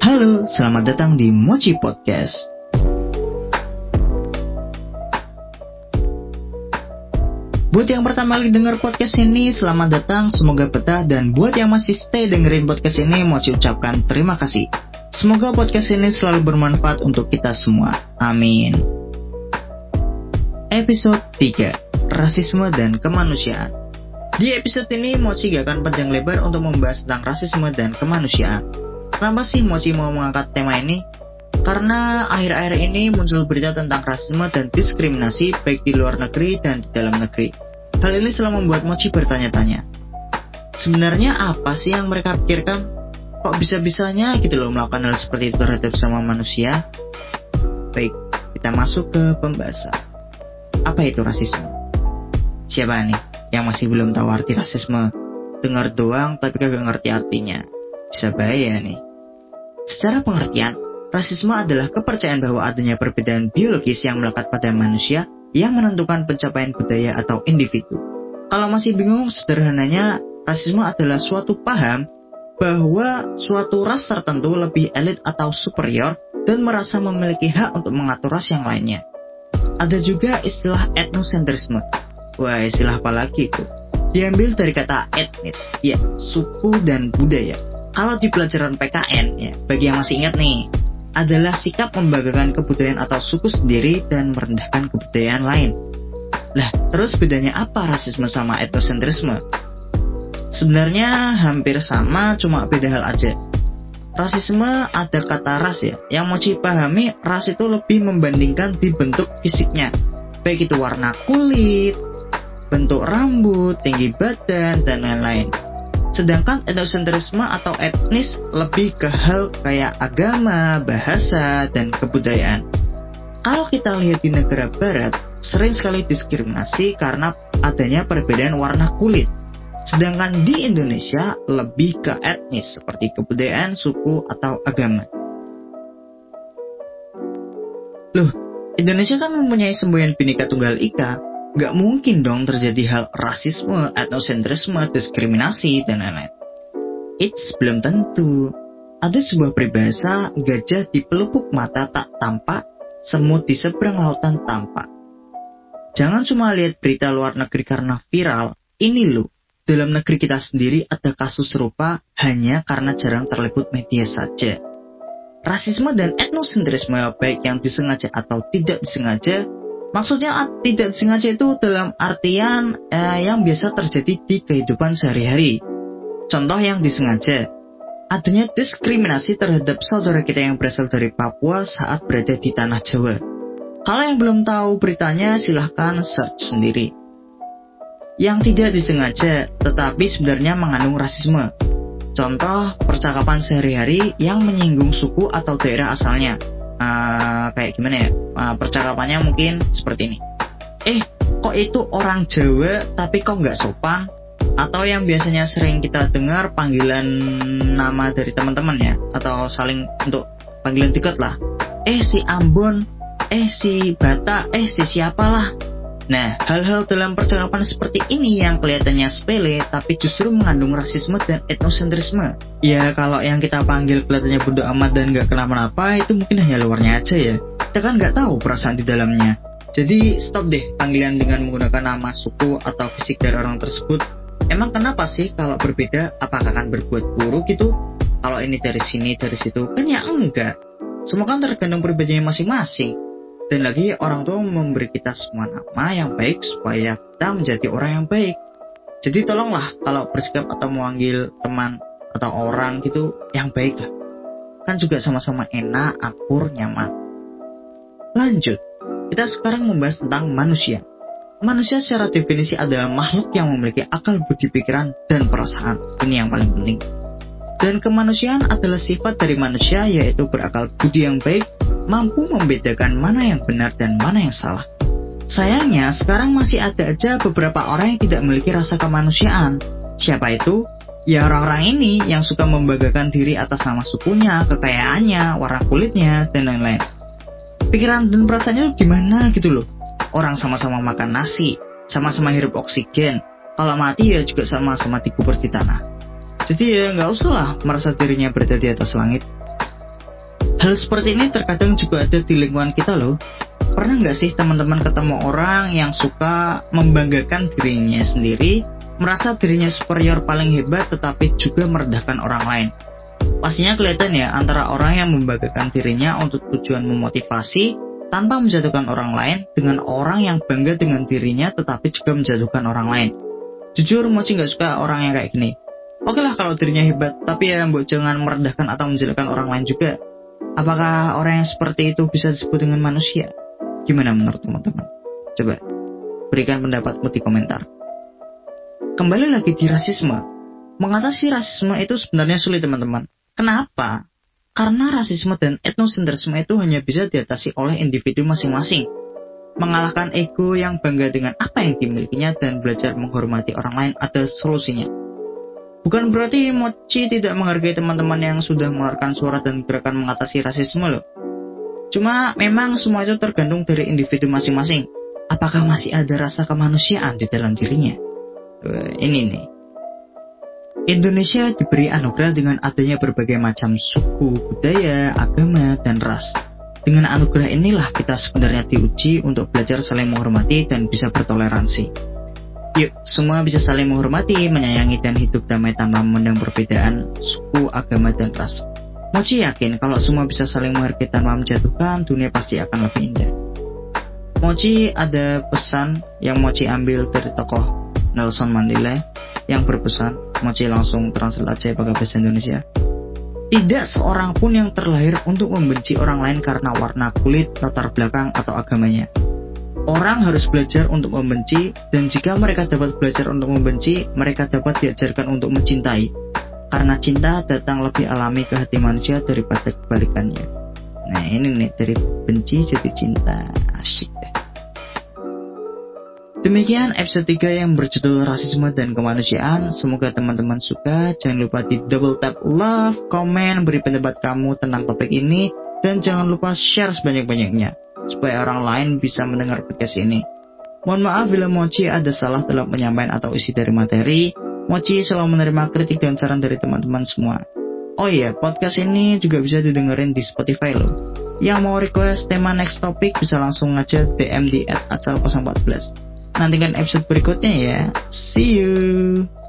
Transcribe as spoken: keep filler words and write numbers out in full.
Halo, selamat datang di Mochi Podcast. Buat yang pertama kali denger podcast ini, selamat datang, semoga betah. Dan buat yang masih stay dengerin podcast ini, Mochi ucapkan terima kasih. Semoga podcast ini selalu bermanfaat untuk kita semua. Amin. Episode tiga, Rasisme dan Kemanusiaan. Di episode ini, Mochi gak akan panjang lebar untuk membahas tentang rasisme dan kemanusiaan. Kenapa sih Mochi mau mengangkat tema ini? Karena akhir-akhir ini muncul berita tentang rasisme dan diskriminasi baik di luar negeri dan di dalam negeri. Hal ini selalu membuat Mochi bertanya-tanya, sebenarnya apa sih yang mereka pikirkan? Kok bisa-bisanya gitu loh melakukan hal seperti itu terhadap sama manusia? Baik, kita masuk ke pembahasan. Apa itu rasisme? Siapa nih yang masih belum tahu arti rasisme? Dengar doang tapi kagak ngerti artinya. Bisa bahaya nih. Secara pengertian, rasisme adalah kepercayaan bahwa adanya perbedaan biologis yang melekat pada manusia yang menentukan pencapaian budaya atau individu. Kalau masih bingung, sederhananya, rasisme adalah suatu paham bahwa suatu ras tertentu lebih elit atau superior dan merasa memiliki hak untuk mengatur ras yang lainnya. Ada juga istilah etnosentrisme. Wah, istilah apa lagi itu? Diambil dari kata etnis, ya, suku dan budaya. Kalau di pelajaran P K N, ya, bagi yang masih ingat nih, adalah sikap membanggakan kebudayaan atau suku sendiri dan merendahkan kebudayaan lain. Lah, terus bedanya apa rasisme sama etnosentrisme? Sebenarnya hampir sama, cuma beda hal aja. Rasisme ada kata ras ya, yang Mochi pahami ras itu lebih membandingkan di bentuk fisiknya, baik itu warna kulit, bentuk rambut, tinggi badan, dan lain-lain. Sedangkan etnosentrisme atau etnis lebih ke hal kayak agama, bahasa, dan kebudayaan. Kalau kita lihat di negara barat, sering sekali diskriminasi karena adanya perbedaan warna kulit. Sedangkan di Indonesia lebih ke etnis seperti kebudayaan, suku, atau agama. Loh, Indonesia kan mempunyai semboyan Bhinneka Tunggal Ika. Gak mungkin dong terjadi hal rasisme, etnosentrisme, diskriminasi, dan lain-lain. It's belum tentu. Ada sebuah peribahasa, gajah di pelupuk mata tak tampak, semut di seberang lautan tampak. Jangan cuma lihat berita luar negeri karena viral. Ini loh, dalam negeri kita sendiri ada kasus serupa hanya karena jarang terliput media saja. Rasisme dan etnosentrisme baik yang disengaja atau tidak disengaja, maksudnya tidak disengaja itu dalam artian eh, yang biasa terjadi di kehidupan sehari-hari. Contoh yang disengaja, adanya diskriminasi terhadap saudara kita yang berasal dari Papua saat berada di tanah Jawa. Kalau yang belum tahu beritanya silahkan search sendiri. Yang tidak disengaja tetapi sebenarnya mengandung rasisme. Contoh percakapan sehari-hari yang menyinggung suku atau daerah asalnya. Uh, kayak gimana ya, uh, percakapannya mungkin seperti ini. Eh, kok itu orang Jawa tapi kok nggak sopan? Atau yang biasanya sering kita dengar panggilan nama dari teman-teman ya, atau saling untuk panggilan dekat lah. Eh si Ambon, eh si Bata, eh si siapalah. Nah, hal-hal dalam percakapan seperti ini yang kelihatannya sepele tapi justru mengandung rasisme dan etnosentrisme. Ya, kalau yang kita panggil kelihatannya bodo amat dan gak kenapa-napa, itu mungkin hanya luarnya aja ya. Kita kan gak tahu perasaan di dalamnya. Jadi, stop deh panggilan dengan menggunakan nama, suku, atau fisik dari orang tersebut. Emang kenapa sih kalau berbeda, apakah akan berbuat buruk gitu? Kalau ini dari sini, dari situ, kan ya enggak. Semua kan tergantung pribadinya masing-masing. Dan lagi orang tua memberi kita semua nama yang baik supaya kita menjadi orang yang baik. Jadi tolonglah kalau bersikap atau memanggil teman atau orang gitu yang baik lah. Kan juga sama-sama enak, akur, nyaman. Lanjut, kita sekarang membahas tentang manusia. Manusia secara definisi adalah makhluk yang memiliki akal, budi, pikiran, dan perasaan. Ini yang paling penting. Dan kemanusiaan adalah sifat dari manusia yaitu berakal budi yang baik, mampu membedakan mana yang benar dan mana yang salah. Sayangnya, sekarang masih ada aja beberapa orang yang tidak memiliki rasa kemanusiaan. Siapa itu? Ya orang-orang ini yang suka membanggakan diri atas nama sukunya, kekayaannya, warna kulitnya, dan lain-lain. Pikiran dan perasaannya itu gimana gitu loh. Orang sama-sama makan nasi, sama-sama hirup oksigen. Kalau mati ya juga sama-sama dikubur di tanah. Jadi ya nggak usah lah merasa dirinya berada di atas langit. Hal seperti ini terkadang juga ada di lingkungan kita loh. Pernah nggak sih teman-teman ketemu orang yang suka membanggakan dirinya sendiri, merasa dirinya superior paling hebat tetapi juga merendahkan orang lain? Pastinya kelihatan ya antara orang yang membanggakan dirinya untuk tujuan memotivasi tanpa menjatuhkan orang lain dengan orang yang bangga dengan dirinya tetapi juga menjatuhkan orang lain. Jujur Mochi nggak suka orang yang kayak gini. Oke lah kalau dirinya hebat, tapi ya mbok jangan merendahkan atau menjelekkan orang lain juga. Apakah orang yang seperti itu bisa disebut dengan manusia? Gimana menurut teman-teman? Coba berikan pendapatmu di komentar. Kembali lagi di rasisme. Mengatasi rasisme itu sebenarnya sulit teman-teman. Kenapa? Karena rasisme dan etnosentrisme itu hanya bisa diatasi oleh individu masing-masing. Mengalahkan ego yang bangga dengan apa yang dimilikinya dan belajar menghormati orang lain ada solusinya. Bukan berarti Mochi tidak menghargai teman-teman yang sudah mengeluarkan suara dan gerakan mengatasi rasisme loh. Cuma memang semua itu tergantung dari individu masing-masing. Apakah masih ada rasa kemanusiaan di dalam dirinya? Uh, ini nih. Indonesia diberi anugerah dengan adanya berbagai macam suku, budaya, agama, dan ras. Dengan anugerah inilah kita sebenarnya diuji untuk belajar saling menghormati dan bisa bertoleransi. Yuk, semua bisa saling menghormati, menyayangi, dan hidup damai tanpa memandang perbedaan suku, agama, dan ras. Mochi yakin kalau semua bisa saling menghargai tanpa menjatuhkan, dunia pasti akan lebih indah. Mochi ada pesan yang Mochi ambil dari tokoh Nelson Mandela yang berpesan, Mochi langsung translate aja pakai bahasa Indonesia. Tidak seorang pun yang terlahir untuk membenci orang lain karena warna kulit, latar belakang, atau agamanya. Orang harus belajar untuk membenci, dan jika mereka dapat belajar untuk membenci, mereka dapat diajarkan untuk mencintai. Karena cinta datang lebih alami ke hati manusia daripada kebalikannya. Nah ini nih, dari benci jadi cinta. Asyik deh. Demikian episode tiga yang berjudul Rasisme dan Kemanusiaan. Semoga teman-teman suka. Jangan lupa di double tap love, komen, beri pendapat kamu tentang topik ini, dan jangan lupa share sebanyak-banyaknya supaya orang lain bisa mendengar podcast ini. Mohon maaf bila Mochi ada salah dalam penyampaian atau isi dari materi. Mochi selalu menerima kritik dan saran dari teman-teman semua. Oh iya, podcast ini juga bisa didengerin di Spotify loh. Yang mau request tema next topic bisa langsung aja D M di at acal nol satu empat. Nantikan episode berikutnya ya. See you.